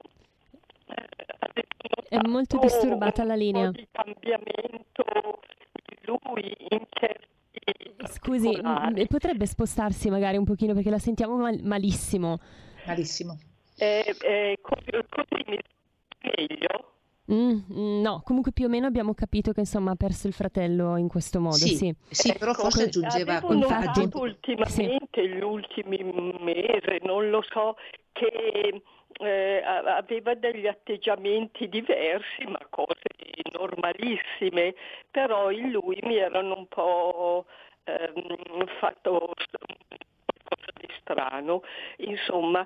è molto disturbata la linea. Un po' di cambiamento lui in certi Scusi, potrebbe spostarsi magari un pochino perché la sentiamo malissimo. Malissimo. Così mi meglio? No, comunque più o meno abbiamo capito che insomma ha perso il fratello in questo modo. Sì, però forse aggiungeva ultimamente, gli ultimi mesi, non lo so, che aveva degli atteggiamenti diversi, ma cose normalissime, però in lui mi erano un po' fatto qualcosa di strano, insomma.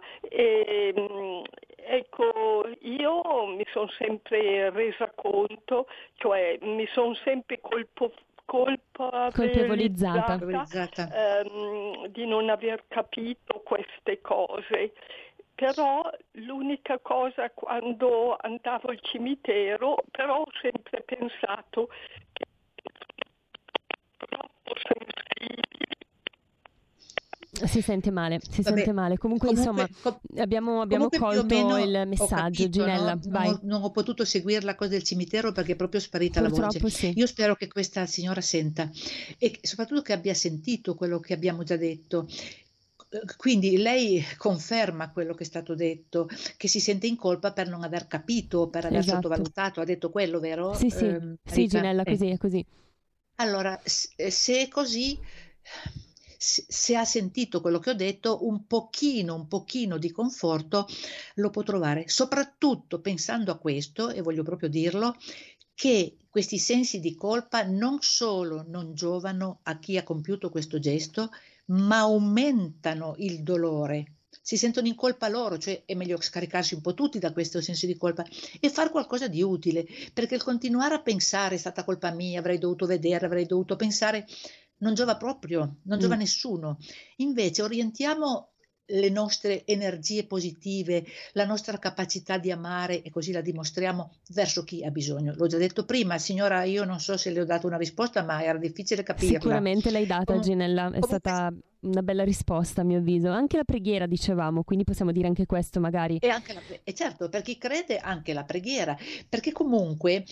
Ecco, io mi sono sempre resa conto, cioè mi sono sempre colpevolizzata di non aver capito queste cose. Però l'unica cosa, quando andavo al cimitero, però ho sempre pensato che sono troppo sensibili. Si sente male. Comunque insomma abbiamo colto il messaggio, capito, Ginella. No? Vai. Non ho potuto seguire la cosa del cimitero perché è proprio sparita Purtroppo la voce. Sì. Io spero che questa signora senta e soprattutto che abbia sentito quello che abbiamo già detto. Quindi lei conferma quello che è stato detto, che si sente in colpa per non aver capito, per aver sottovalutato. Ha detto quello, vero? Sì, sì, Ginella, così è così. Allora, se è così, se ha sentito quello che ho detto, un pochino di conforto lo può trovare, soprattutto pensando a questo, e voglio proprio dirlo, che questi sensi di colpa non solo non giovano a chi ha compiuto questo gesto, ma aumentano il dolore. Si sentono in colpa loro, cioè è meglio scaricarsi un po' tutti da questo senso di colpa e fare qualcosa di utile, perché il continuare a pensare è stata colpa mia, avrei dovuto vedere, avrei dovuto pensare, non giova proprio, non giova a nessuno. Invece orientiamo le nostre energie positive, la nostra capacità di amare, e così la dimostriamo verso chi ha bisogno. L'ho già detto prima, signora, io non so se le ho dato una risposta, ma era difficile capirla. Sicuramente l'hai data, Ginella, è stata una bella risposta a mio avviso. Anche la preghiera, dicevamo, quindi possiamo dire anche questo magari. E certo, per chi crede anche la preghiera, perché comunque...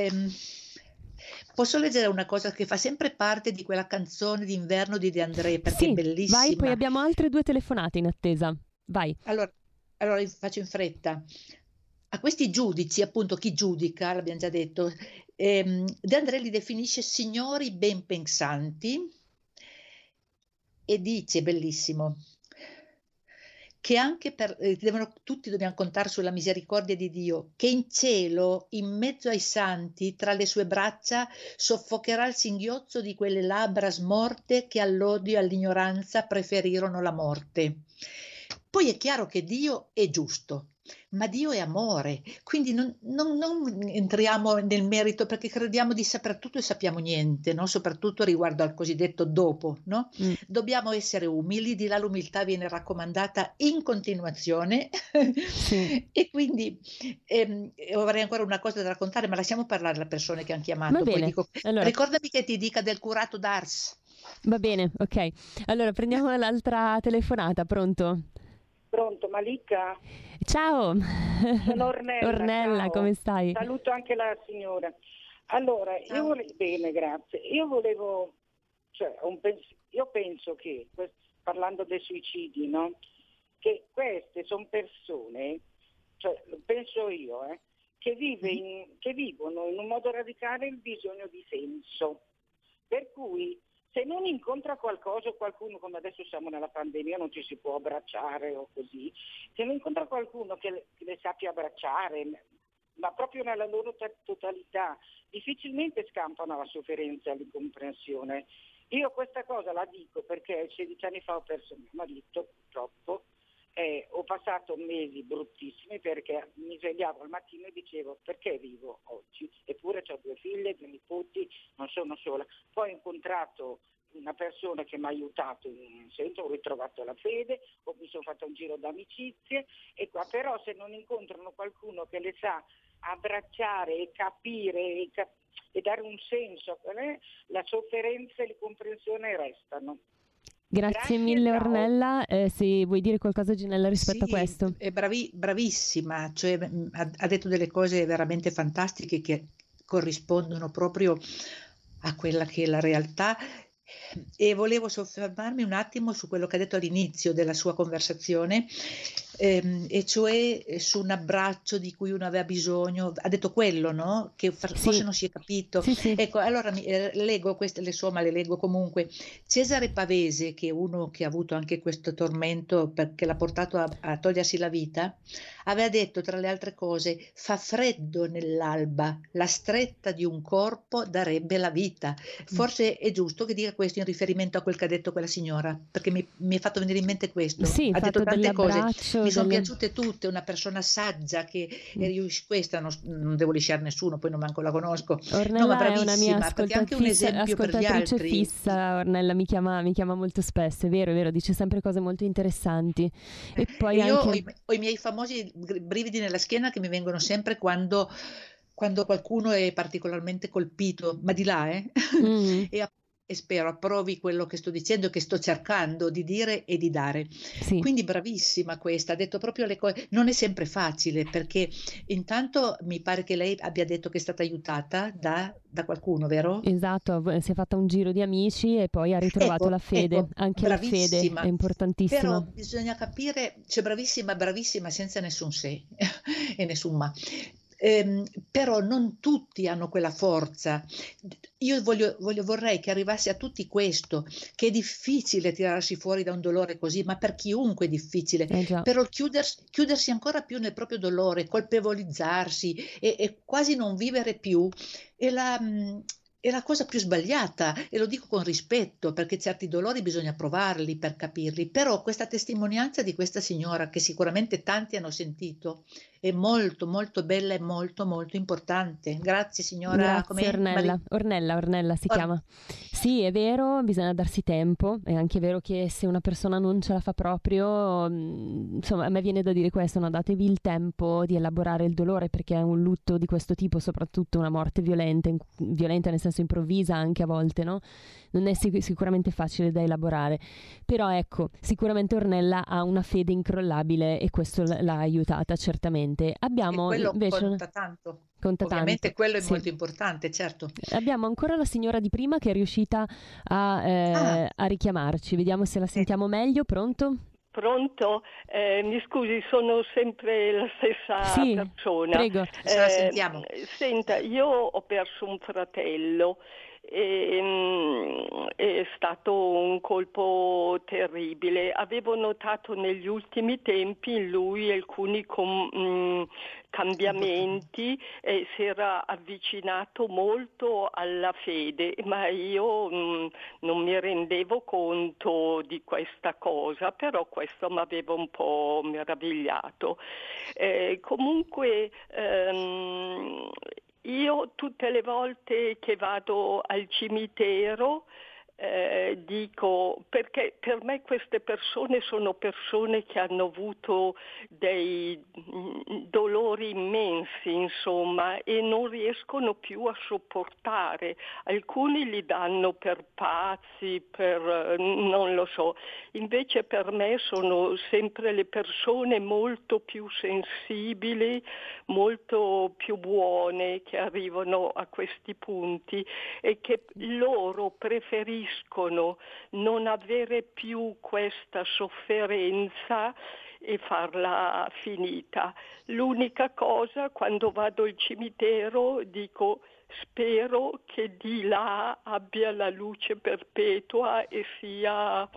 Posso leggere una cosa che fa sempre parte di quella canzone d'inverno di De André, perché è bellissima. Vai, poi abbiamo altre 2 telefonate in attesa. Vai. Allora faccio in fretta. A questi giudici, appunto, chi giudica, l'abbiamo già detto, De André li definisce signori ben pensanti e dice, bellissimo, che anche tutti dobbiamo contare sulla misericordia di Dio, che in cielo, in mezzo ai santi, tra le sue braccia, soffocherà il singhiozzo di quelle labbra smorte che all'odio e all'ignoranza preferirono la morte. Poi è chiaro che Dio è giusto, ma Dio è amore, quindi non entriamo nel merito perché crediamo di saper tutto e sappiamo niente, no? Soprattutto riguardo al cosiddetto dopo, no? Dobbiamo essere umili, di là l'umiltà viene raccomandata in continuazione e quindi avrei ancora una cosa da raccontare, ma lasciamo parlare le persone che hanno chiamato. Va bene. Poi dico, allora, ricordami che ti dica del curato d'Ars. Va bene, ok. Allora prendiamo l'altra telefonata, pronto? Pronto, Malika? Ciao, sono Ornella, ciao. Come stai? Saluto anche la signora. Allora, bene, grazie. Io penso che, parlando dei suicidi, no? Che queste sono persone, penso io, che vivono in un modo radicale il bisogno di senso. Per cui se non incontra qualcosa o qualcuno, come adesso siamo nella pandemia, non ci si può abbracciare o così, se non incontra qualcuno che le sappia abbracciare, ma proprio nella loro totalità, difficilmente scampano alla sofferenza e all'incomprensione. Io questa cosa la dico perché 16 anni fa ho perso mio marito, purtroppo, ho passato mesi bruttissimi perché mi svegliavo al mattino e dicevo perché vivo oggi, eppure ho 2 figlie, 2 nipoti, non sono sola. Poi ho incontrato una persona che mi ha aiutato in un senso, ho ritrovato la fede, mi sono fatto un giro d'amicizie e qua però se non incontrano qualcuno che le sa abbracciare e capire e dare un senso a la sofferenza e l'incomprensione restano. Grazie mille, ciao. Ornella, se vuoi dire qualcosa, Ginella, rispetto a questo. È bravissima, cioè, ha detto delle cose veramente fantastiche che corrispondono proprio a quella che è la realtà. E volevo soffermarmi un attimo su quello che ha detto all'inizio della sua conversazione, e cioè su un abbraccio di cui uno aveva bisogno. Ha detto quello, no? Che forse non si è capito. Sì. Ecco, allora leggo queste, le leggo comunque. Cesare Pavese, che è uno che ha avuto anche questo tormento perché l'ha portato a togliersi la vita, aveva detto tra le altre cose: fa freddo nell'alba, la stretta di un corpo darebbe la vita. Forse è giusto che dica questo in riferimento a quel che ha detto quella signora, perché mi è fatto venire in mente questo. Ha detto tante cose, mi sono piaciute tutte, una persona saggia che questa non devo lisciare nessuno, poi non manco la conosco. Ornella ma bravissima, è una mia perché è anche un esempio per gli altri. Fissa, Ornella mi chiama molto spesso, è vero, dice sempre cose molto interessanti. E poi io anche... ho i miei famosi brividi nella schiena che mi vengono sempre quando qualcuno è particolarmente colpito, ma di là, e spero approvi quello che sto dicendo, che sto cercando di dire e di dare. Sì. Quindi bravissima questa, ha detto proprio le cose. Non è sempre facile, perché intanto mi pare che lei abbia detto che è stata aiutata da qualcuno, vero? Esatto, si è fatta un giro di amici e poi ha ritrovato la fede. Anche la fede è importantissima. Però bisogna capire, cioè bravissima senza nessun se e nessun ma. Però non tutti hanno quella forza. Io vorrei che arrivasse a tutti questo, che è difficile tirarsi fuori da un dolore così, ma per chiunque è difficile. Però chiudersi ancora più nel proprio dolore, colpevolizzarsi e quasi non vivere più è la cosa più sbagliata, e lo dico con rispetto, perché certi dolori bisogna provarli per capirli. Però questa testimonianza di questa signora, che sicuramente tanti hanno sentito, è molto molto bella e molto molto importante. Grazie signora. Grazie Ornella si chiama. Sì, è vero, bisogna darsi tempo. È anche vero che se una persona non ce la fa proprio, insomma, a me viene da dire questo: no, datevi il tempo di elaborare il dolore, perché è un lutto di questo tipo, soprattutto una morte violenta nel senso improvvisa anche a volte, no? Non è sicuramente facile da elaborare, però ecco, sicuramente Ornella ha una fede incrollabile e questo l'ha aiutata certamente. Abbiamo e quello invece conta tanto. Conta Ovviamente tanto, quello è sì. molto importante, certo. Abbiamo ancora la signora di prima che è riuscita a richiamarci. Vediamo se la sentiamo meglio. Pronto? Pronto? Mi scusi, sono sempre la stessa persona. Prego. La sentiamo. Senta, io ho perso un fratello. È stato un colpo terribile. Avevo notato negli ultimi tempi in lui alcuni cambiamenti e si era avvicinato molto alla fede, ma io non mi rendevo conto di questa cosa, però questo mi aveva un po' meravigliato. Comunque io tutte le volte che vado al cimitero dico, perché per me queste persone sono persone che hanno avuto dei dolori immensi, insomma, e non riescono più a sopportare. Alcuni li danno per pazzi, non lo so. Invece per me sono sempre le persone molto più sensibili, molto più buone, che arrivano a questi punti e che loro preferiscono non avere più questa sofferenza e farla finita. L'unica cosa, quando vado al cimitero, dico: spero che di là abbia la luce perpetua e sia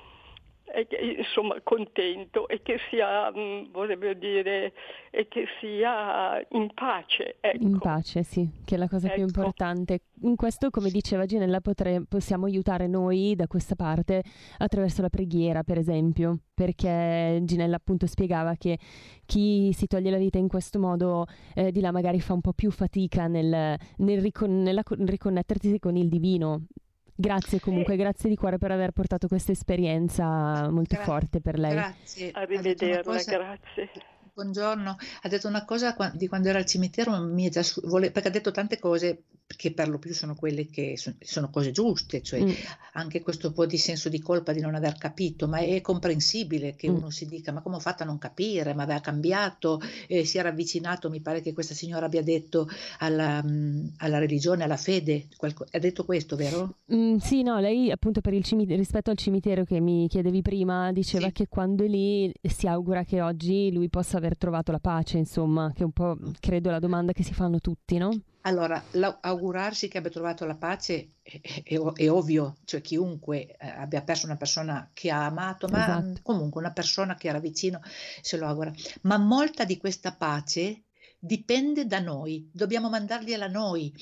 insomma contento e che sia, vorrebbe dire, e che sia in pace. Ecco. In pace, sì, che è la cosa più importante. In questo, come diceva Ginella, possiamo aiutare noi da questa parte attraverso la preghiera, per esempio, perché Ginella appunto spiegava che chi si toglie la vita in questo modo di là magari fa un po' più fatica nel riconnettersi con il divino. Grazie comunque, grazie di cuore per aver portato questa esperienza molto forte per lei. Grazie. Arrivederla, grazie. Buongiorno, ha detto una cosa di quando era al cimitero, perché ha detto tante cose che per lo più sono quelle che sono cose giuste, cioè anche questo po' di senso di colpa di non aver capito, ma è comprensibile che uno si dica: ma come ho fatto a non capire, ma aveva cambiato, si era avvicinato, mi pare che questa signora abbia detto alla religione, alla fede, ha detto questo, vero? Sì, no, lei appunto per il rispetto al cimitero che mi chiedevi prima, diceva che quando è lì si augura che oggi lui possa aver trovato la pace, insomma, che è un po', credo, la domanda che si fanno tutti, no? Allora, augurarsi che abbia trovato la pace è ovvio, cioè chiunque abbia perso una persona che ha amato, ma comunque una persona che era vicino se lo augura. Ma molta di questa pace dipende da noi, dobbiamo mandargliela noi,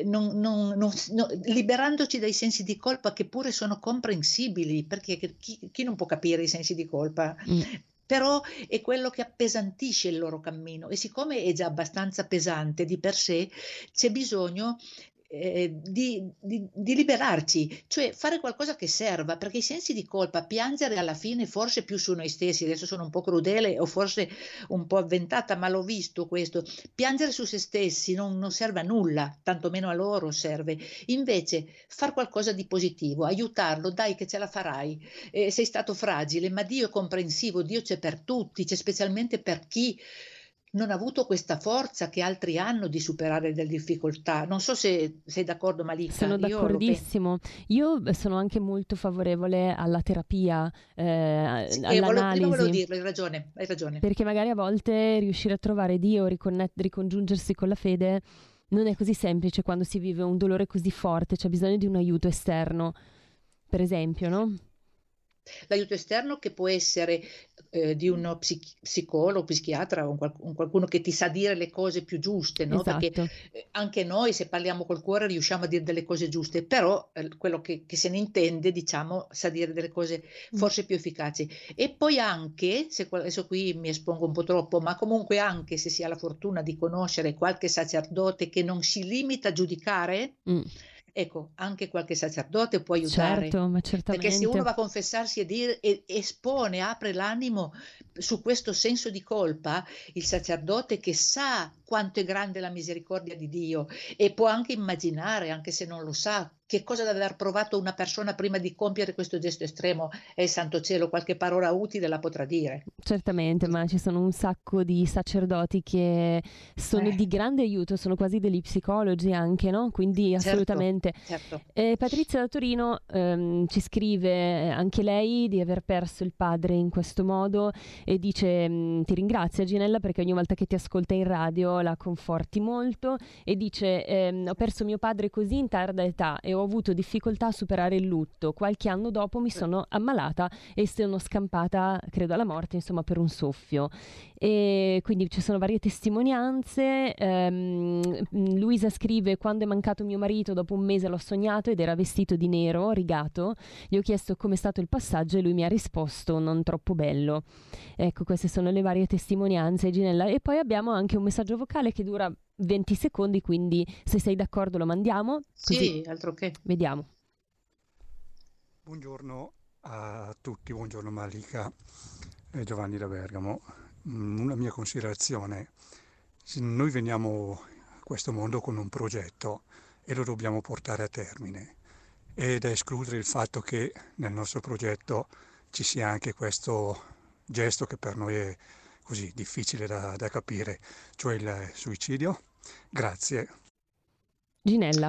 liberandoci dai sensi di colpa, che pure sono comprensibili, perché chi non può capire i sensi di colpa? Però è quello che appesantisce il loro cammino, e siccome è già abbastanza pesante di per sé, c'è bisogno liberarci, cioè fare qualcosa che serva, perché i sensi di colpa, piangere alla fine forse più su noi stessi, adesso sono un po' crudele o forse un po' avventata, ma l'ho visto questo, piangere su se stessi non serve a nulla, tantomeno a loro serve, invece far qualcosa di positivo, aiutarlo, dai che ce la farai, sei stato fragile, ma Dio è comprensivo, Dio c'è per tutti, c'è specialmente per chi non ha avuto questa forza che altri hanno di superare delle difficoltà. Non so se sei d'accordo, Malika. Sono d'accordissimo. Io sono anche molto favorevole alla terapia, all'analisi. Volevo dirlo, hai ragione. Perché magari a volte riuscire a trovare Dio, ricongiungersi con la fede, non è così semplice quando si vive un dolore così forte, c'è bisogno di un aiuto esterno, per esempio, no? L'aiuto esterno che può essere di uno psicologo, psichiatra o qualcuno che ti sa dire le cose più giuste, no? Esatto. Perché anche noi, se parliamo col cuore, riusciamo a dire delle cose giuste, però quello che se ne intende, diciamo, sa dire delle cose forse più efficaci. E poi anche, adesso qui mi espongo un po' troppo, ma comunque anche se si ha la fortuna di conoscere qualche sacerdote che non si limita a giudicare, ecco, anche qualche sacerdote può aiutare. Certo, ma certamente. Perché se uno va a confessarsi e espone, apre l'animo su questo senso di colpa, il sacerdote che sa quanto è grande la misericordia di Dio e può anche immaginare, anche se non lo sa, che cosa deve aver provato una persona prima di compiere questo gesto estremo, e il santo cielo qualche parola utile la potrà dire. Certamente, ma ci sono un sacco di sacerdoti che sono di grande aiuto, sono quasi degli psicologi anche, no? Quindi assolutamente. Certo. Patrizia da Torino ci scrive anche lei di aver perso il padre in questo modo e dice ti ringrazia Ginella perché ogni volta che ti ascolta in radio la conforti molto, e dice ho perso mio padre così in tarda età e ho avuto difficoltà a superare il lutto, qualche anno dopo mi sono ammalata e sono scampata credo alla morte, insomma, per un soffio. E quindi ci sono varie testimonianze. Luisa scrive: quando è mancato mio marito dopo un mese l'ho sognato ed era vestito di nero rigato, gli ho chiesto come è stato il passaggio e lui mi ha risposto non troppo bello. Ecco, queste sono le varie testimonianze, Ginella. E poi abbiamo anche un messaggio vocale che dura 20 secondi, quindi se sei d'accordo lo mandiamo, così sì, altro che. Vediamo. Buongiorno a tutti, buongiorno Malika e Giovanni da Bergamo. Una mia considerazione: noi veniamo a questo mondo con un progetto e lo dobbiamo portare a termine, ed è escludere il fatto che nel nostro progetto ci sia anche questo gesto che per noi è così difficile da capire, cioè il suicidio. Grazie. Ginella.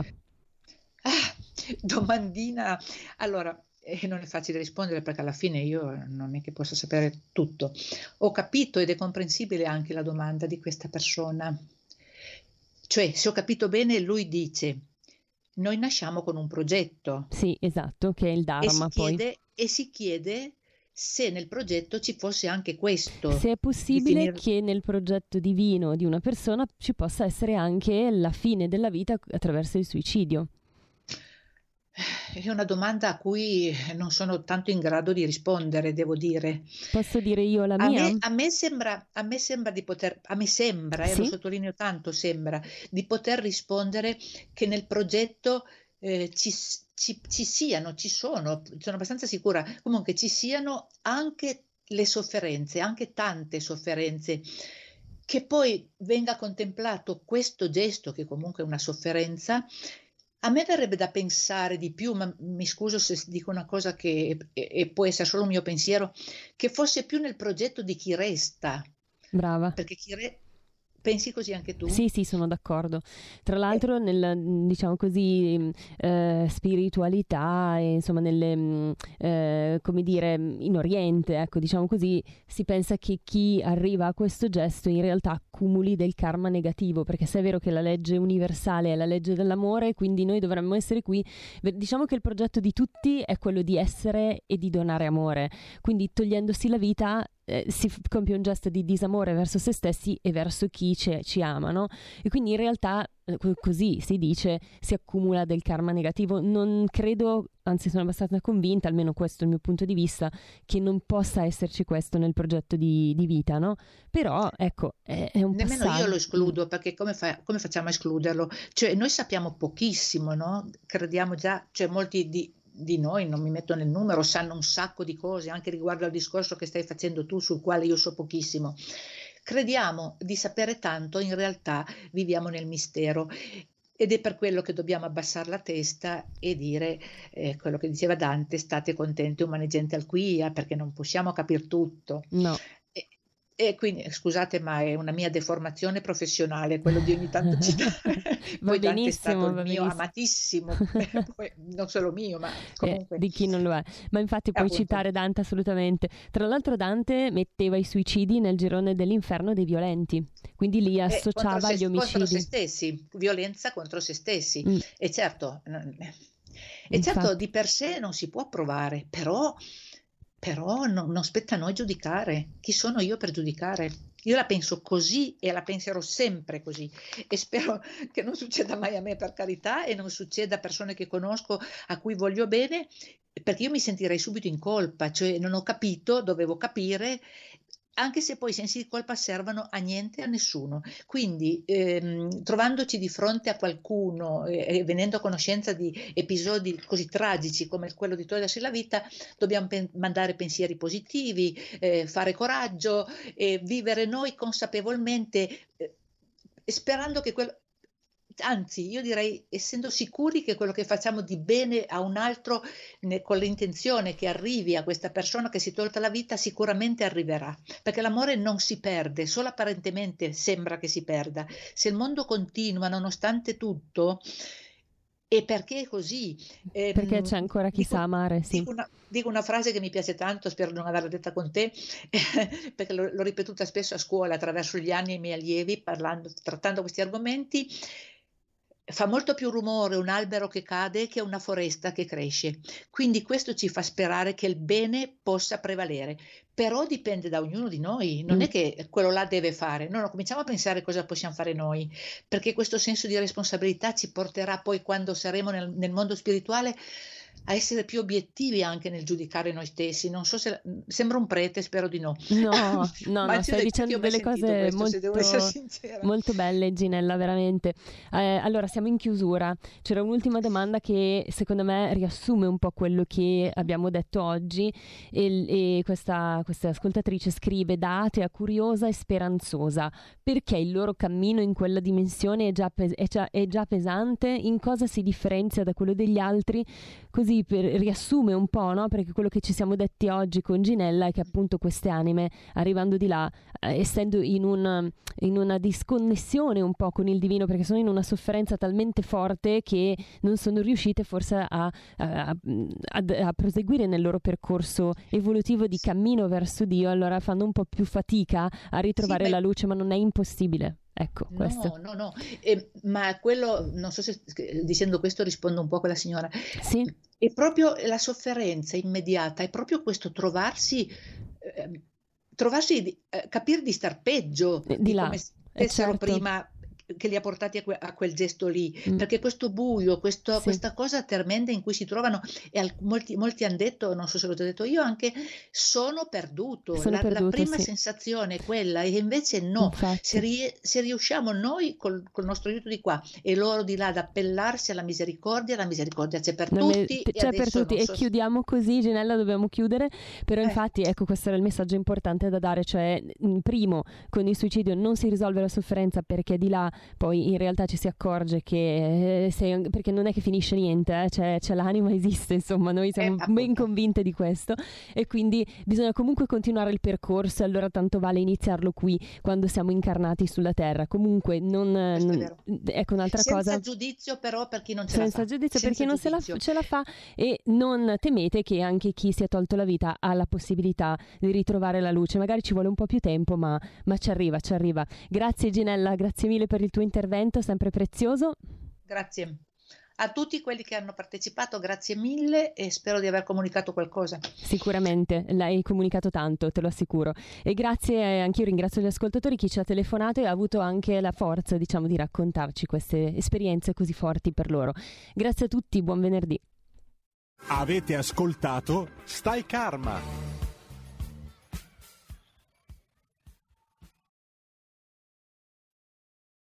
Domandina. Allora, non è facile rispondere perché alla fine io non è che possa sapere tutto. Ho capito ed è comprensibile anche la domanda di questa persona. Cioè, se ho capito bene, lui dice: noi nasciamo con un progetto. Sì, esatto, che è il Dharma e si chiede se nel progetto ci fosse anche questo. Se è possibile che nel progetto divino di una persona ci possa essere anche la fine della vita attraverso il suicidio. È una domanda a cui non sono tanto in grado di rispondere, devo dire. Posso dire io la mia? A me sembra di poter, sì? Lo sottolineo tanto, sembra di poter rispondere che nel progetto ci sono abbastanza sicura, comunque ci siano anche le sofferenze, anche tante sofferenze, che poi venga contemplato questo gesto, che comunque è una sofferenza. A me verrebbe da pensare di più, ma mi scuso se dico una cosa che può essere solo un mio pensiero, che fosse più nel progetto di chi resta. Brava. Perché pensi così anche tu? Sì, sono d'accordo. Tra l'altro nella, diciamo così, spiritualità e insomma nelle, come dire, in Oriente, ecco, diciamo così, si pensa che chi arriva a questo gesto in realtà accumuli del karma negativo, perché se è vero che la legge universale è la legge dell'amore, quindi noi dovremmo essere qui, diciamo che il progetto di tutti è quello di essere e di donare amore, quindi togliendosi la vita si compie un gesto di disamore verso se stessi e verso chi ci ama, no? E quindi in realtà così si dice si accumula del karma negativo. Non credo anzi sono abbastanza convinta, almeno questo è il mio punto di vista, che non possa esserci questo nel progetto di vita, no? Però ecco, è un Nemmeno passaggio. io lo escludo, perché come facciamo a escluderlo? Cioè noi sappiamo pochissimo, no? Crediamo già, cioè molti di noi, non mi metto nel numero, sanno un sacco di cose anche riguardo al discorso che stai facendo tu, sul quale io so pochissimo. Crediamo di sapere tanto, in realtà viviamo nel mistero. Ed è per quello che dobbiamo abbassare la testa e dire quello che diceva Dante: state contenti, umanegente alquia, perché non possiamo capire tutto. No. E quindi, scusate, ma è una mia deformazione professionale, quello di ogni tanto citare. Poi Dante è stato il mio amatissimo, poi, non solo mio, ma comunque. Di chi non lo è. Ma infatti puoi citare Dante assolutamente. Tra l'altro Dante metteva i suicidi nel girone dell'inferno dei violenti, quindi li associava agli omicidi. Contro se stessi, violenza contro se stessi. E certo, di per sé non si può provare, però non spetta a noi giudicare. Chi sono io per giudicare? Io la penso così e la penserò sempre così, e spero che non succeda mai a me, per carità, e non succeda a persone che conosco, a cui voglio bene, perché io mi sentirei subito in colpa, cioè non ho capito, dovevo capire, anche se poi i sensi di colpa servono a niente e a nessuno. Quindi trovandoci di fronte a qualcuno e venendo a conoscenza di episodi così tragici come quello di togliersi la vita, dobbiamo mandare pensieri positivi, fare coraggio e vivere noi consapevolmente, sperando che anzi, io direi essendo sicuri che quello che facciamo di bene a un altro, con l'intenzione che arrivi a questa persona che si è tolta la vita, sicuramente arriverà, perché l'amore non si perde, solo apparentemente sembra che si perda. Se il mondo continua nonostante tutto, e perché è così? Perché c'è ancora chi sa amare, sì. Dico una frase che mi piace tanto, spero di non averla detta con te, perché l'ho ripetuta spesso a scuola attraverso gli anni ai miei allievi, trattando questi argomenti. Fa molto più rumore un albero che cade che una foresta che cresce. Quindi questo ci fa sperare che il bene possa prevalere. Però dipende da ognuno di noi, non è che quello là deve fare. No, cominciamo a pensare cosa possiamo fare noi, perché questo senso di responsabilità ci porterà poi, quando saremo nel mondo spirituale, a essere più obiettivi anche nel giudicare noi stessi. Non so se sembra un prete, spero di no. No, stai dicendo delle cose molto belle, Ginella, veramente. Allora, siamo in chiusura. C'era un'ultima domanda che secondo me riassume un po' quello che abbiamo detto oggi, e questa ascoltatrice scrive: da atea curiosa e speranzosa, perché il loro cammino in quella dimensione è già pesante? In cosa si differenzia da quello degli altri? Così riassume un po', no? Perché quello che ci siamo detti oggi con Ginella è che appunto queste anime, arrivando di là, essendo in una disconnessione un po' con il divino, perché sono in una sofferenza talmente forte che non sono riuscite forse a proseguire nel loro percorso evolutivo di cammino verso Dio, allora fanno un po' più fatica a ritrovare la luce, ma non è impossibile. Ecco, questo. No, ma quello, non so se dicendo questo rispondo un po' a quella signora. Sì. È proprio la sofferenza immediata, è proprio questo trovarsi, capire di star peggio di là, come stessero certo. prima, che li ha portati a quel gesto lì, perché questo buio, questa cosa tremenda in cui si trovano, e molti hanno detto, non so se l'ho già detto io, anche sono perduto. La prima sensazione è quella, e invece no. Se riusciamo noi col nostro aiuto di qua e loro di là ad appellarsi alla misericordia, la misericordia c'è per tutti. C'è per tutti, e chiudiamo così, Ginella, dobbiamo chiudere, però infatti ecco, questo era il messaggio importante da dare, cioè primo, con il suicidio non si risolve la sofferenza, perché di là poi in realtà ci si accorge che perché non è che finisce niente, c'è l'anima, esiste, insomma, noi siamo ben convinte di questo, e quindi bisogna comunque continuare il percorso, e allora tanto vale iniziarlo qui, quando siamo incarnati sulla terra. Comunque ecco un'altra cosa, senza giudizio però per chi non ce la fa, senza giudizio per chi non ce la fa, e non temete che anche chi si è tolto la vita ha la possibilità di ritrovare la luce. Magari ci vuole un po' più tempo, ma ci arriva. Grazie Ginella, grazie mille per il tuo intervento, sempre prezioso. Grazie a tutti quelli che hanno partecipato, grazie mille, e spero di aver comunicato qualcosa. Sicuramente l'hai comunicato tanto, te lo assicuro, e grazie, anch'io ringrazio gli ascoltatori, chi ci ha telefonato e ha avuto anche la forza, diciamo, di raccontarci queste esperienze così forti per loro. Grazie a tutti, buon venerdì. Avete ascoltato Stai Karma.